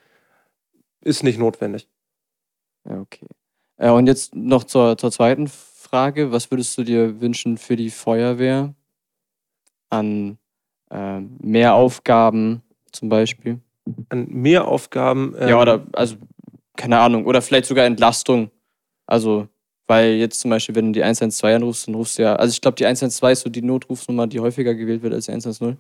ist nicht notwendig. Ja, okay. Und jetzt noch zur zweiten Frage. Was würdest du dir wünschen für die Feuerwehr an mehr Aufgaben zum Beispiel? An mehr Aufgaben? Oder, also, keine Ahnung, oder vielleicht sogar Entlastung. Also, weil jetzt zum Beispiel, wenn du die 112 anrufst, dann rufst du ja, also ich glaube, die 112 ist so die Notrufnummer, die häufiger gewählt wird als die 110.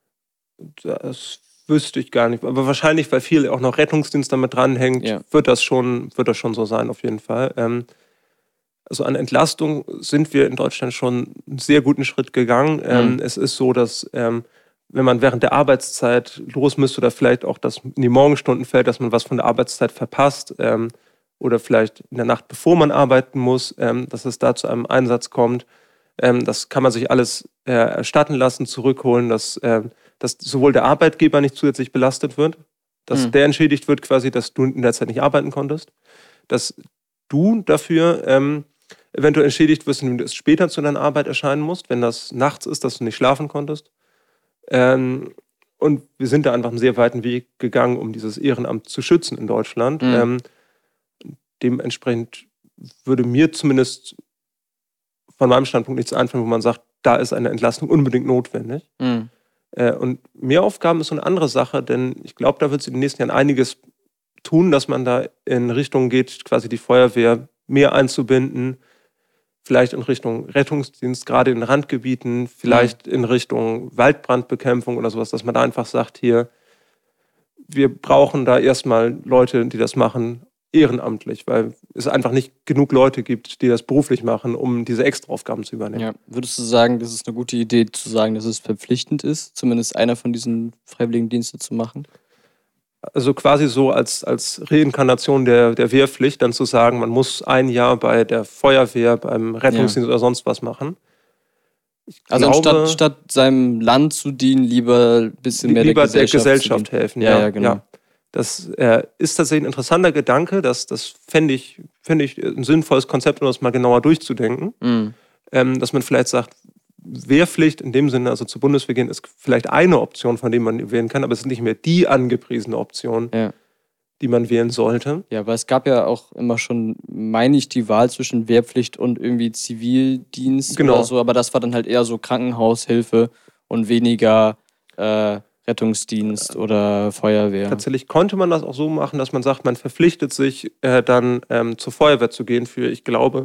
Das wüsste ich gar nicht. Aber wahrscheinlich, weil viel auch noch Rettungsdienst damit dranhängt, wird das schon so sein, auf jeden Fall. Also an Entlastung sind wir in Deutschland schon einen sehr guten Schritt gegangen. Es ist so, dass wenn man während der Arbeitszeit los müsste oder vielleicht auch das in die Morgenstunden fällt, dass man was von der Arbeitszeit verpasst oder vielleicht in der Nacht, bevor man arbeiten muss, dass es da zu einem Einsatz kommt. Das kann man sich alles erstatten lassen, zurückholen, dass sowohl der Arbeitgeber nicht zusätzlich belastet wird, dass der entschädigt wird quasi, dass du in der Zeit nicht arbeiten konntest, dass du dafür eventuell entschädigt wirst, wenn du später zu deiner Arbeit erscheinen musst, wenn das nachts ist, dass du nicht schlafen konntest. Und wir sind da einfach einen sehr weiten Weg gegangen, um dieses Ehrenamt zu schützen in Deutschland. Dementsprechend würde mir zumindest von meinem Standpunkt nichts einfallen, wo man sagt, da ist eine Entlastung unbedingt notwendig. Und Mehraufgaben ist so eine andere Sache, denn ich glaube, da wird es in den nächsten Jahren einiges tun, dass man da in Richtung geht, quasi die Feuerwehr mehr einzubinden, vielleicht in Richtung Rettungsdienst, gerade in Randgebieten, vielleicht in Richtung Waldbrandbekämpfung oder sowas, dass man da einfach sagt, hier, wir brauchen da erstmal Leute, die das machen, ehrenamtlich, weil es einfach nicht genug Leute gibt, die das beruflich machen, um diese Extraaufgaben zu übernehmen. Ja. Würdest du sagen, das ist eine gute Idee, zu sagen, dass es verpflichtend ist, zumindest einer von diesen Freiwilligendiensten zu machen? Also quasi so als Reinkarnation der Wehrpflicht, dann zu sagen, man muss ein Jahr bei der Feuerwehr, beim Rettungsdienst oder sonst was machen. Also statt seinem Land zu dienen, lieber ein bisschen mehr der Gesellschaft helfen. Ja, genau. Ja. Das ist tatsächlich ein interessanter Gedanke. Das fände ich ein sinnvolles Konzept, um das mal genauer durchzudenken. Dass man vielleicht sagt, Wehrpflicht in dem Sinne, also zur Bundeswehr gehen, ist vielleicht eine Option, von der man wählen kann, aber es ist nicht mehr die angepriesene Option, die man wählen sollte. Ja, weil es gab ja auch immer schon, meine ich, die Wahl zwischen Wehrpflicht und irgendwie Zivildienst oder so, aber das war dann halt eher so Krankenhaushilfe und weniger Rettungsdienst oder Feuerwehr. Tatsächlich konnte man das auch so machen, dass man sagt, man verpflichtet sich dann zur Feuerwehr zu gehen für, ich glaube,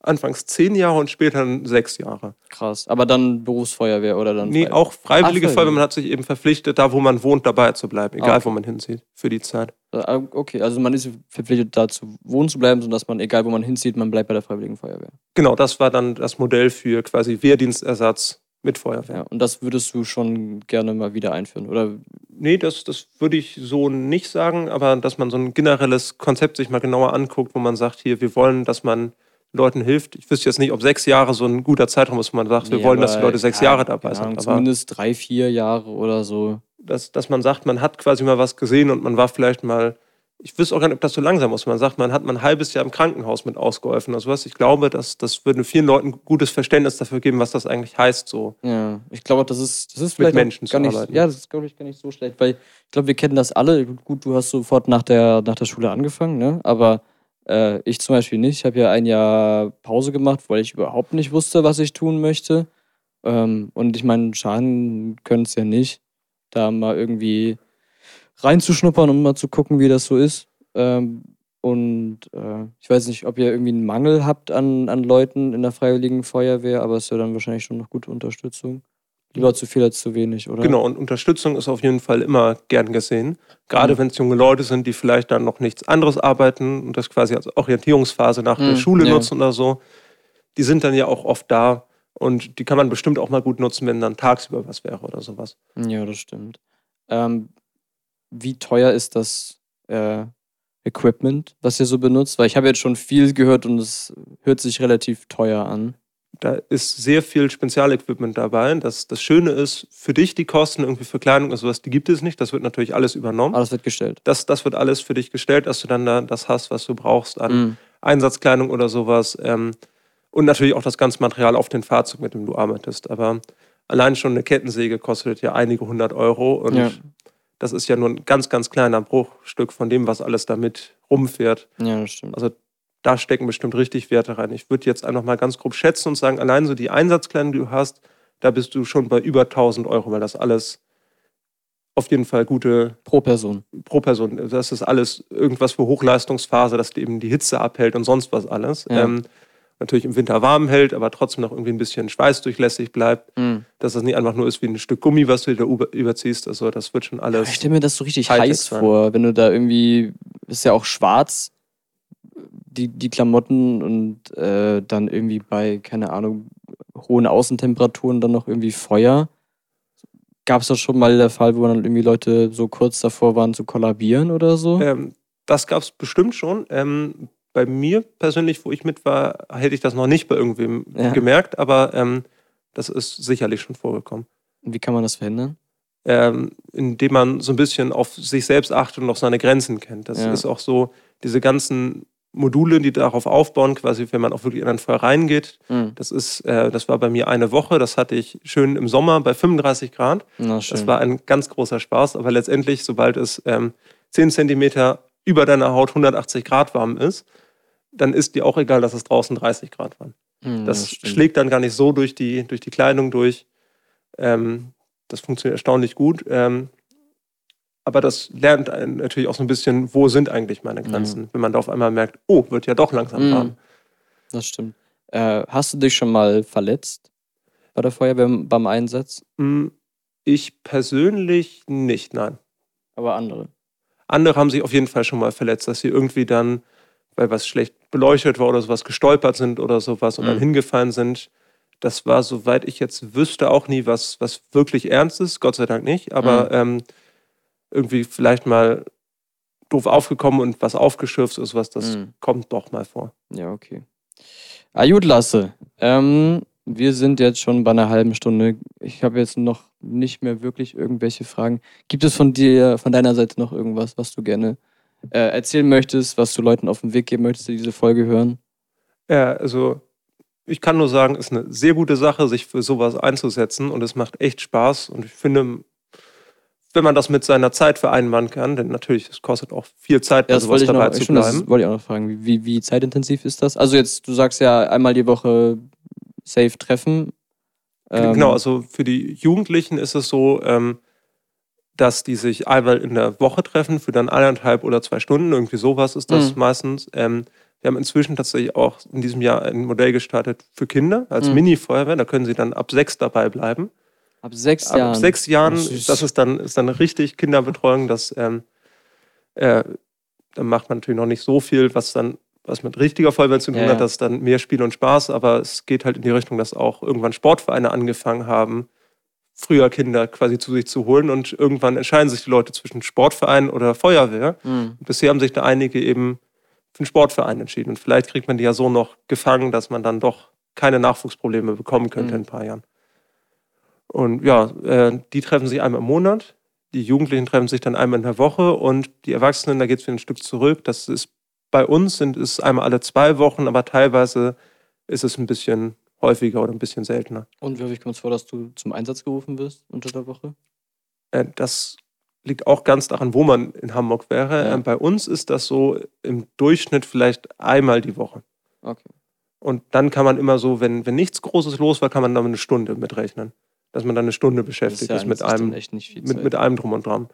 anfangs 10 Jahre und später dann 6 Jahre. Krass. Aber dann Berufsfeuerwehr oder dann? Nee, auch freiwillige Feuerwehr. Man hat sich eben verpflichtet, da wo man wohnt, dabei zu bleiben, egal wo man hinzieht, für die Zeit. Okay, also man ist verpflichtet, dazu wohnen zu bleiben, sodass man, egal wo man hinzieht, man bleibt bei der Freiwilligen Feuerwehr. Genau, das war dann das Modell für quasi Wehrdienstersatz mit Feuerwehr. Ja, und das würdest du schon gerne mal wieder einführen, oder? Nee, das würde ich so nicht sagen, aber dass man so ein generelles Konzept sich mal genauer anguckt, wo man sagt, hier, wir wollen, dass man Leuten hilft. Ich wüsste jetzt nicht, ob 6 Jahre so ein guter Zeitraum ist, wo man sagt, wir wollen, dass die Leute 6 Jahre dabei sind. Aber zumindest 3, 4 Jahre oder so. Dass man sagt, man hat quasi mal was gesehen und man war vielleicht mal, ich wüsste auch gar nicht, ob das so langsam muss. Man sagt, man hat mal ein halbes Jahr im Krankenhaus mit ausgeholfen oder sowas. Ich glaube, das würde vielen Leuten ein gutes Verständnis dafür geben, was das eigentlich heißt. So. Ja, ich glaube, das ist vielleicht mit Menschen gar nicht, zu arbeiten. ja, das ist, glaube ich, gar nicht so schlecht, weil ich glaube, wir kennen das alle. Gut, du hast sofort nach der Schule angefangen, ne? Aber ich zum Beispiel nicht. Ich habe ja ein Jahr Pause gemacht, weil ich überhaupt nicht wusste, was ich tun möchte. Und ich meine, schaden können es ja nicht, da mal irgendwie reinzuschnuppern und mal zu gucken, wie das so ist. Ich weiß nicht, ob ihr irgendwie einen Mangel habt an Leuten in der Freiwilligen Feuerwehr, aber es ist ja dann wahrscheinlich schon noch gute Unterstützung. Lieber zu viel als zu wenig, oder? Genau, und Unterstützung ist auf jeden Fall immer gern gesehen. Gerade wenn es junge Leute sind, die vielleicht dann noch nichts anderes arbeiten und das quasi als Orientierungsphase nach der Schule nutzen oder so. Die sind dann ja auch oft da und die kann man bestimmt auch mal gut nutzen, wenn dann tagsüber was wäre oder sowas. Ja, das stimmt. Wie teuer ist das Equipment, was ihr so benutzt? Weil ich habe jetzt schon viel gehört und es hört sich relativ teuer an. Da ist sehr viel Spezialequipment dabei. Das Schöne ist, für dich die Kosten irgendwie für Kleidung und sowas, die gibt es nicht. Das wird natürlich alles übernommen. Alles wird gestellt. Das wird alles für dich gestellt, dass du dann da das hast, was du brauchst an Einsatzkleidung oder sowas. Und natürlich auch das ganze Material auf den Fahrzeug, mit dem du arbeitest. Aber allein schon eine Kettensäge kostet ja einige 100 Euro. Und das ist ja nur ein ganz, ganz kleiner Bruchstück von dem, was alles damit rumfährt. Ja, das stimmt. Also da stecken bestimmt richtig Werte rein. Ich würde jetzt einfach mal ganz grob schätzen und sagen, allein so die Einsatzkleidung, die du hast, da bist du schon bei über 1.000 Euro, weil das alles auf jeden Fall gute... Pro Person. Das ist alles irgendwas für Hochleistungsphase, dass eben die Hitze abhält und sonst was alles. Ja. Natürlich im Winter warm hält, aber trotzdem noch irgendwie ein bisschen schweißdurchlässig bleibt. Dass das nicht einfach nur ist wie ein Stück Gummi, was du da überziehst. Also das wird schon alles... Ich stelle mir das so richtig heiß vor, wenn du da irgendwie... Ist ja auch schwarz, die Klamotten und dann irgendwie bei, keine Ahnung, hohen Außentemperaturen dann noch irgendwie Feuer. Gab es das schon mal der Fall, wo dann irgendwie Leute so kurz davor waren zu kollabieren oder so? Das gab es bestimmt schon. Bei mir persönlich, wo ich mit war, hätte ich das noch nicht bei irgendwem gemerkt, aber das ist sicherlich schon vorgekommen. Und wie kann man das verhindern? Indem man so ein bisschen auf sich selbst achtet und auf seine Grenzen kennt. Das ist auch so, diese ganzen Module, die darauf aufbauen, quasi, wenn man auch wirklich in ein Feuer reingeht. Das war bei mir eine Woche, das hatte ich schön im Sommer bei 35 Grad. Das war ein ganz großer Spaß, aber letztendlich, sobald es 10 Zentimeter über deiner Haut 180 Grad warm ist, dann ist dir auch egal, dass es draußen 30 Grad waren. Das schlägt dann gar nicht so durch die Kleidung durch. Das funktioniert erstaunlich gut. Aber das lernt einen natürlich auch so ein bisschen, wo sind eigentlich meine Grenzen? Wenn man da auf einmal merkt, oh, wird ja doch langsam warm. Das stimmt. Hast du dich schon mal verletzt bei der Feuerwehr beim Einsatz? Ich persönlich nicht, nein. Aber andere? Andere haben sich auf jeden Fall schon mal verletzt, dass sie irgendwie dann, weil was schlecht beleuchtet war oder sowas, gestolpert sind oder sowas und dann hingefallen sind. Das war, soweit ich jetzt wüsste, auch nie was wirklich Ernstes, Gott sei Dank nicht, aber irgendwie vielleicht mal doof aufgekommen und was aufgeschürft oder sowas, das kommt doch mal vor. Ja, okay. Gut, Lasse. Wir sind jetzt schon bei einer halben Stunde. Ich habe jetzt noch nicht mehr wirklich irgendwelche Fragen. Gibt es von deiner Seite noch irgendwas, was du gerne erzählen möchtest, was du Leuten auf den Weg geben möchtest, die diese Folge hören? Ja, also ich kann nur sagen, es ist eine sehr gute Sache, sich für sowas einzusetzen und es macht echt Spaß und ich finde, wenn man das mit seiner Zeit vereinbaren kann, denn natürlich, es kostet auch viel Zeit, bei sowas dabei zu bleiben. Das wollte ich auch noch fragen. Wie zeitintensiv ist das? Also jetzt, du sagst ja einmal die Woche safe treffen. Genau, also für die Jugendlichen ist es so, dass die sich einmal in der Woche treffen, für dann 1,5 oder 2 Stunden, irgendwie sowas ist das meistens. Wenn Wir haben inzwischen tatsächlich auch in diesem Jahr ein Modell gestartet für Kinder als Mini-Feuerwehr. Da können sie dann ab 6 dabei bleiben. Ab 6 Jahren? Ab 6 Jahren, das ist dann richtig Kinderbetreuung. Dann macht man natürlich noch nicht so viel, was mit richtiger Feuerwehr zu tun hat. Das ist dann mehr Spiel und Spaß. Aber es geht halt in die Richtung, dass auch irgendwann Sportvereine angefangen haben, früher Kinder quasi zu sich zu holen. Und irgendwann entscheiden sich die Leute zwischen Sportverein oder Feuerwehr. Und bisher haben sich da einige eben für den Sportverein entschieden. Und vielleicht kriegt man die ja so noch gefangen, dass man dann doch keine Nachwuchsprobleme bekommen könnte in ein paar Jahren. Und ja, die treffen sich einmal im Monat. Die Jugendlichen treffen sich dann einmal in der Woche und die Erwachsenen, da geht es wieder ein Stück zurück. Das ist bei uns ist einmal alle 2 Wochen, aber teilweise ist es ein bisschen häufiger oder ein bisschen seltener. Und wie häufig kommt es vor, dass du zum Einsatz gerufen wirst unter der Woche? Das liegt auch ganz daran, wo man in Hamburg wäre. Ja. Bei uns ist das so im Durchschnitt vielleicht einmal die Woche. Okay. Und dann kann man immer so, wenn nichts Großes los war, kann man dann eine Stunde mitrechnen. Dass man dann eine Stunde beschäftigt ist mit allem drum und dran.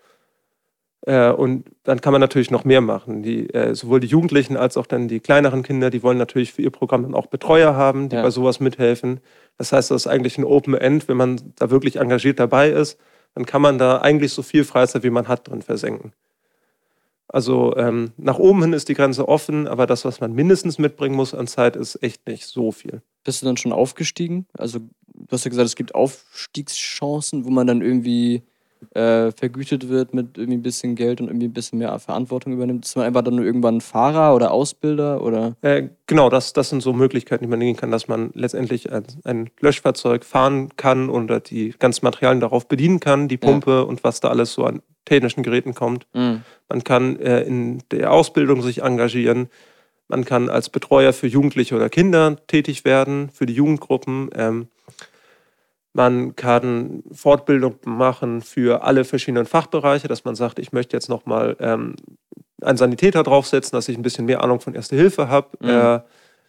Und dann kann man natürlich noch mehr machen. Sowohl die Jugendlichen als auch dann die kleineren Kinder, die wollen natürlich für ihr Programm dann auch Betreuer haben, die bei sowas mithelfen. Das heißt, das ist eigentlich ein Open End. Wenn man da wirklich engagiert dabei ist, dann kann man da eigentlich so viel Freizeit, wie man hat, drin versenken. Also nach oben hin ist die Grenze offen, aber das, was man mindestens mitbringen muss an Zeit, ist echt nicht so viel. Bist du dann schon aufgestiegen? Also du hast ja gesagt, es gibt Aufstiegschancen, wo man dann irgendwie vergütet wird mit irgendwie ein bisschen Geld und irgendwie ein bisschen mehr Verantwortung übernimmt. Ist man einfach dann nur irgendwann Fahrer oder Ausbilder? Oder? Genau, das sind so Möglichkeiten, die man gehen kann, dass man letztendlich ein Löschfahrzeug fahren kann und die ganzen Materialien darauf bedienen kann, die Pumpe und was da alles so an technischen Geräten kommt. Man kann in der Ausbildung sich engagieren. Man kann als Betreuer für Jugendliche oder Kinder tätig werden, für die Jugendgruppen. Man kann Fortbildung machen für alle verschiedenen Fachbereiche, dass man sagt, ich möchte jetzt nochmal einen Sanitäter draufsetzen, dass ich ein bisschen mehr Ahnung von Erste Hilfe habe.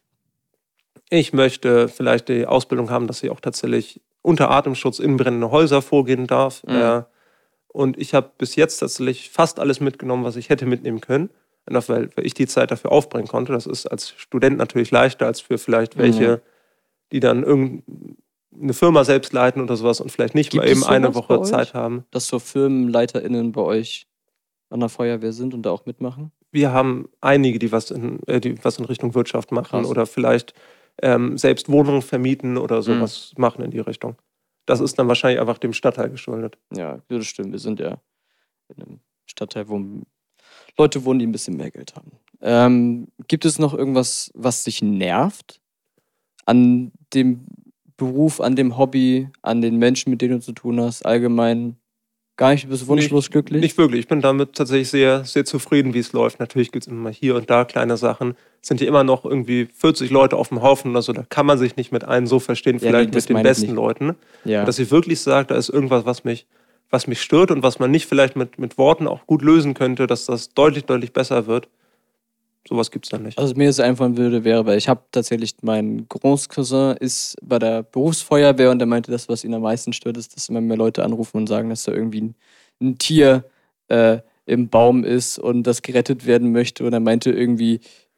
Ich möchte vielleicht die Ausbildung haben, dass ich auch tatsächlich unter Atemschutz in brennende Häuser vorgehen darf. Und ich habe bis jetzt tatsächlich fast alles mitgenommen, was ich hätte mitnehmen können. Weil ich die Zeit dafür aufbringen konnte. Das ist als Student natürlich leichter als für vielleicht welche, die dann irgendeine Firma selbst leiten oder sowas und vielleicht nicht mal eben eine Woche Zeit haben. Dass so FirmenleiterInnen bei euch an der Feuerwehr sind und da auch mitmachen? Wir haben einige, die was in Richtung Wirtschaft machen. Krass. Oder vielleicht selbst Wohnungen vermieten oder sowas machen in die Richtung. Das ist dann wahrscheinlich einfach dem Stadtteil geschuldet. Ja, das stimmt. Wir sind ja in einem Stadtteil, wo Leute wohnen, die ein bisschen mehr Geld haben. Gibt es noch irgendwas, was dich nervt an dem Beruf, an dem Hobby, an den Menschen, mit denen du zu tun hast, allgemein? Gar nicht, du bist wunschlos glücklich? Nicht wirklich. Ich bin damit tatsächlich sehr, sehr zufrieden, wie es läuft. Natürlich gibt es immer hier und da kleine Sachen. Es sind hier immer noch irgendwie 40 Leute auf dem Haufen oder so. Da kann man sich nicht mit allen so verstehen, vielleicht mit den besten Leuten. Ja. Dass ich wirklich sage, da ist irgendwas, was mich stört und was man nicht vielleicht mit Worten auch gut lösen könnte, dass das deutlich, deutlich besser wird. Sowas gibt es dann nicht. Also mir ist einfallen würde, wäre, weil ich habe tatsächlich, mein Großcousin ist bei der Berufsfeuerwehr und der meinte, das, was ihn am meisten stört, ist, dass immer mehr Leute anrufen und sagen, dass da irgendwie ein Tier im Baum ist und das gerettet werden möchte. Und er meinte irgendwie,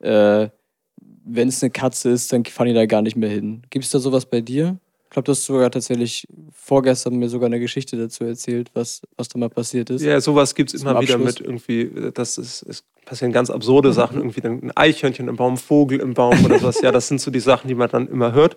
wenn es eine Katze ist, dann fahren die da gar nicht mehr hin. Gibt es da sowas bei dir? Ich glaube, du hast sogar tatsächlich vorgestern mir sogar eine Geschichte dazu erzählt, was da mal passiert ist. Ja, sowas gibt es immer wieder mit irgendwie, es passieren ganz absurde Sachen, irgendwie ein Eichhörnchen im Baum, ein Vogel im Baum oder sowas. Ja, das sind so die Sachen, die man dann immer hört.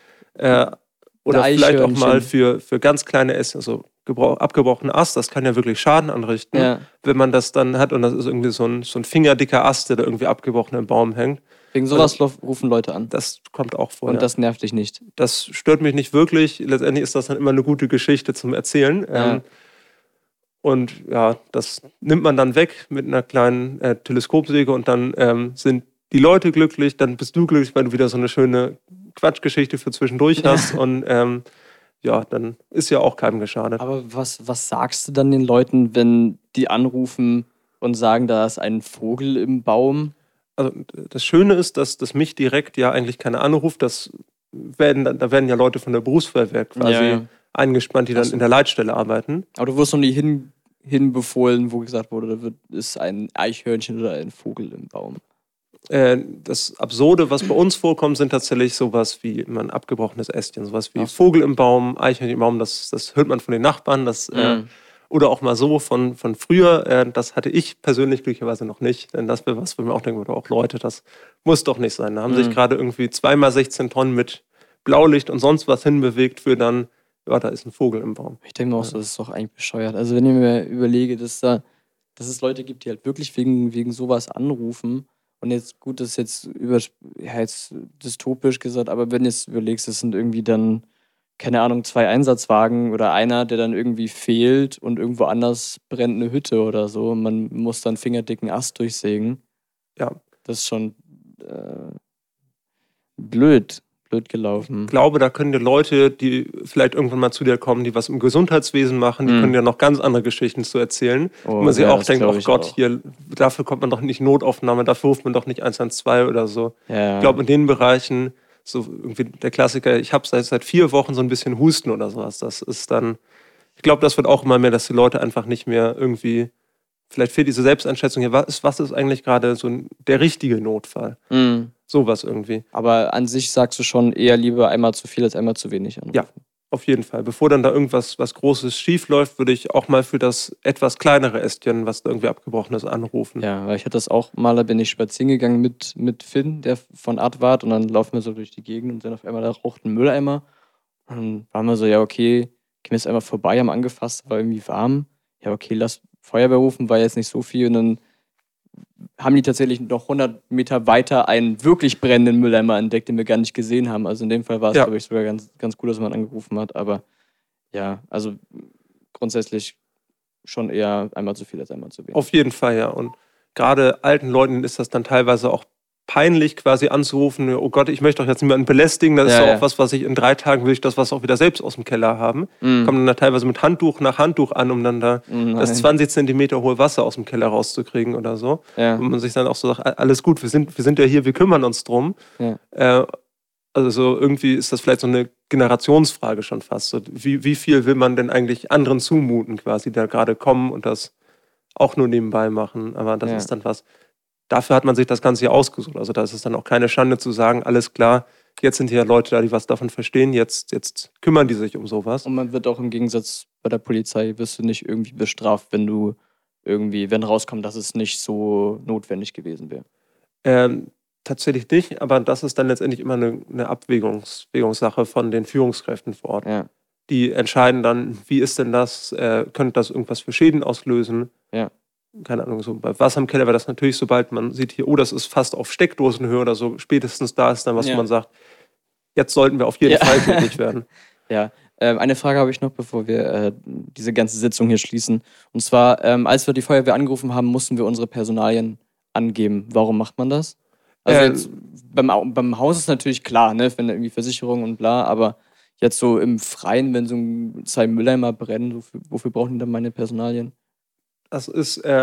Oder vielleicht auch mal für ganz kleine Äste, also abgebrochene Ast, das kann ja wirklich Schaden anrichten, wenn man das dann hat und das ist irgendwie so ein fingerdicker Ast, der da irgendwie abgebrochen im Baum hängt. Wegen sowas rufen Leute an. Das kommt auch vor. Und das nervt dich nicht? Das stört mich nicht wirklich. Letztendlich ist das dann immer eine gute Geschichte zum Erzählen. Ja. Und ja, das nimmt man dann weg mit einer kleinen Teleskopsäge und dann sind die Leute glücklich, dann bist du glücklich, weil du wieder so eine schöne Quatschgeschichte für zwischendurch hast und dann ist ja auch keinem geschadet. Aber was sagst du dann den Leuten, wenn die anrufen und sagen, da ist ein Vogel im Baum? Also das Schöne ist, dass mich direkt ja eigentlich keiner anruft. Da werden ja Leute von der Berufsfeuerwehr quasi eingespannt, die dann in der Leitstelle arbeiten. Aber du wirst noch nie hinbefohlen, wo gesagt wurde, da ist ein Eichhörnchen oder ein Vogel im Baum. Das Absurde, was bei uns vorkommt, sind tatsächlich sowas wie immer ein abgebrochenes Ästchen, sowas wie Vogel im Baum, Eichhörnchen im Baum, das hört man von den Nachbarn, oder auch mal so von früher, das hatte ich persönlich glücklicherweise noch nicht, denn das wäre was, wo ich mir auch denke, auch Leute, das muss doch nicht sein. Da haben sich gerade irgendwie 2x16 Tonnen mit Blaulicht und sonst was hinbewegt für dann, ja, da ist ein Vogel im Baum. Ich denke mir auch so, das ist doch eigentlich bescheuert. Also wenn ich mir überlege, dass es Leute gibt, die halt wirklich wegen sowas anrufen. Und jetzt, gut, das ist jetzt dystopisch gesagt, aber wenn du jetzt überlegst, das sind irgendwie dann, keine Ahnung, 2 Einsatzwagen oder einer, der dann irgendwie fehlt und irgendwo anders brennt eine Hütte oder so. Und man muss dann fingerdicken Ast durchsägen. Ja. Das ist schon blöd gelaufen. Ich glaube, da können die Leute, die vielleicht irgendwann mal zu dir kommen, die was im Gesundheitswesen machen, die können dir noch ganz andere Geschichten zu erzählen. Oh, und man sich auch denkt, oh Gott, auch. Hier, dafür kommt man doch nicht Notaufnahme, dafür ruft man doch nicht 112 oder so. Ja. Ich glaube, in den Bereichen, so irgendwie der Klassiker, ich habe seit 4 Wochen so ein bisschen Husten oder sowas. Das ist dann, ich glaube, das wird auch immer mehr, dass die Leute einfach nicht mehr irgendwie, vielleicht fehlt diese Selbsteinschätzung hier, was ist eigentlich gerade so der richtige Notfall? Sowas irgendwie. Aber an sich sagst du schon eher lieber einmal zu viel als einmal zu wenig anrufen. Ja, auf jeden Fall. Bevor dann da irgendwas was Großes schief läuft, würde ich auch mal für das etwas kleinere Ästchen, was da irgendwie abgebrochen ist, anrufen. Ja, weil ich hatte das auch mal, da bin ich spazieren gegangen mit Finn, der von Advart, und dann laufen wir so durch die Gegend und dann auf einmal da raucht ein Mülleimer. Und dann waren wir so, ja okay, gehen wir jetzt einmal vorbei, haben angefasst, war irgendwie warm. Ja okay, lass Feuerwehr rufen, war jetzt nicht so viel, und dann haben die tatsächlich noch 100 Meter weiter einen wirklich brennenden Mülleimer entdeckt, den wir gar nicht gesehen haben. Also in dem Fall war es, glaube ich, sogar ganz, ganz gut, dass man angerufen hat. Aber ja, also grundsätzlich schon eher einmal zu viel als einmal zu wenig. Auf jeden Fall, ja. Und gerade alten Leuten ist das dann teilweise auch peinlich, quasi anzurufen, oh Gott, ich möchte doch jetzt niemanden belästigen, das ist doch auch was ich in 3 Tagen will ich das was auch wieder selbst aus dem Keller haben. Kommen dann da teilweise mit Handtuch nach Handtuch an, um dann da das 20 Zentimeter hohe Wasser aus dem Keller rauszukriegen oder so. Ja. Und man sich dann auch so sagt, alles gut, wir sind ja hier, wir kümmern uns drum. Ja. Also so irgendwie ist das vielleicht so eine Generationsfrage schon fast. So, wie viel will man denn eigentlich anderen zumuten quasi, die da gerade kommen und das auch nur nebenbei machen, aber das ist dann was. Dafür hat man sich das Ganze hier ausgesucht. Also da ist es dann auch keine Schande zu sagen, alles klar, jetzt sind hier Leute da, die was davon verstehen, jetzt kümmern die sich um sowas. Und man wird auch im Gegensatz bei der Polizei, wirst du nicht irgendwie bestraft, wenn rauskommt, dass es nicht so notwendig gewesen wäre. Tatsächlich nicht, aber das ist dann letztendlich immer eine Abwägungssache von den Führungskräften vor Ort. Ja. Die entscheiden dann, wie ist denn das, könnte das irgendwas für Schäden auslösen? Ja. Keine Ahnung, so bei Wasser im Keller wäre das natürlich, sobald man sieht hier, oh, das ist fast auf Steckdosenhöhe oder so, spätestens da ist dann, was man sagt, jetzt sollten wir auf jeden Fall tätig werden. Ja, eine Frage habe ich noch, bevor wir diese ganze Sitzung hier schließen. Und zwar, als wir die Feuerwehr angerufen haben, mussten wir unsere Personalien angeben. Warum macht man das? Also jetzt, beim Haus ist natürlich klar, ne, wenn irgendwie Versicherung und bla, aber jetzt so im Freien, wenn so 2 Mülleimer brennen, wofür brauchen die dann meine Personalien? Das ist, die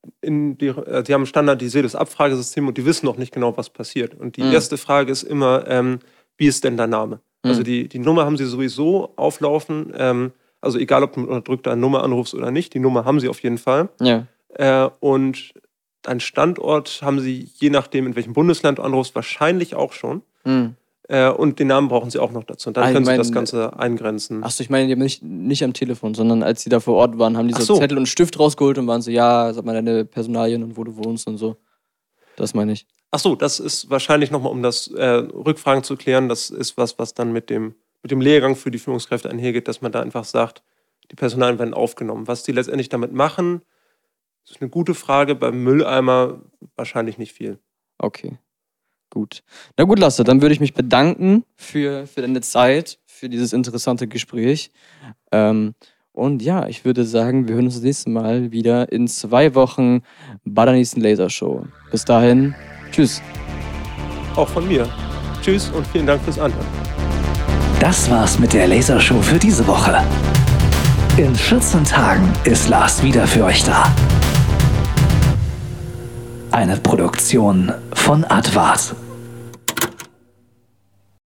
haben ein standardisiertes Abfragesystem und die wissen noch nicht genau, was passiert. Und die erste Frage ist immer, wie ist denn dein Name? Also die Nummer haben sie sowieso auflaufen, also egal, ob du mit unterdrückter Nummer anrufst oder nicht, die Nummer haben sie auf jeden Fall. Ja. Und deinen Standort haben sie, je nachdem, in welchem Bundesland du anrufst, wahrscheinlich auch schon. Und den Namen brauchen sie auch noch dazu. Und dann können sie das Ganze eingrenzen. Achso, ich meine, die haben nicht am Telefon, sondern als sie da vor Ort waren, haben die so Zettel und Stift rausgeholt und waren so, ja, sag mal deine Personalien und wo du wohnst und so. Das meine ich. Achso, das ist wahrscheinlich nochmal, um das Rückfragen zu klären, das ist was dann mit dem Lehrgang für die Führungskräfte einhergeht, dass man da einfach sagt, die Personalien werden aufgenommen. Was die letztendlich damit machen, ist eine gute Frage. Beim Mülleimer wahrscheinlich nicht viel. Okay. Gut. Na gut, Lasse, dann würde ich mich bedanken für deine Zeit, für dieses interessante Gespräch. Und ja, ich würde sagen, wir hören uns das nächste Mal wieder in 2 Wochen bei der nächsten Lasershow. Bis dahin, tschüss. Auch von mir. Tschüss und vielen Dank fürs Anhören. Das war's mit der Lasershow für diese Woche. In 14 Tagen ist Lars wieder für euch da. Eine Produktion von Advart.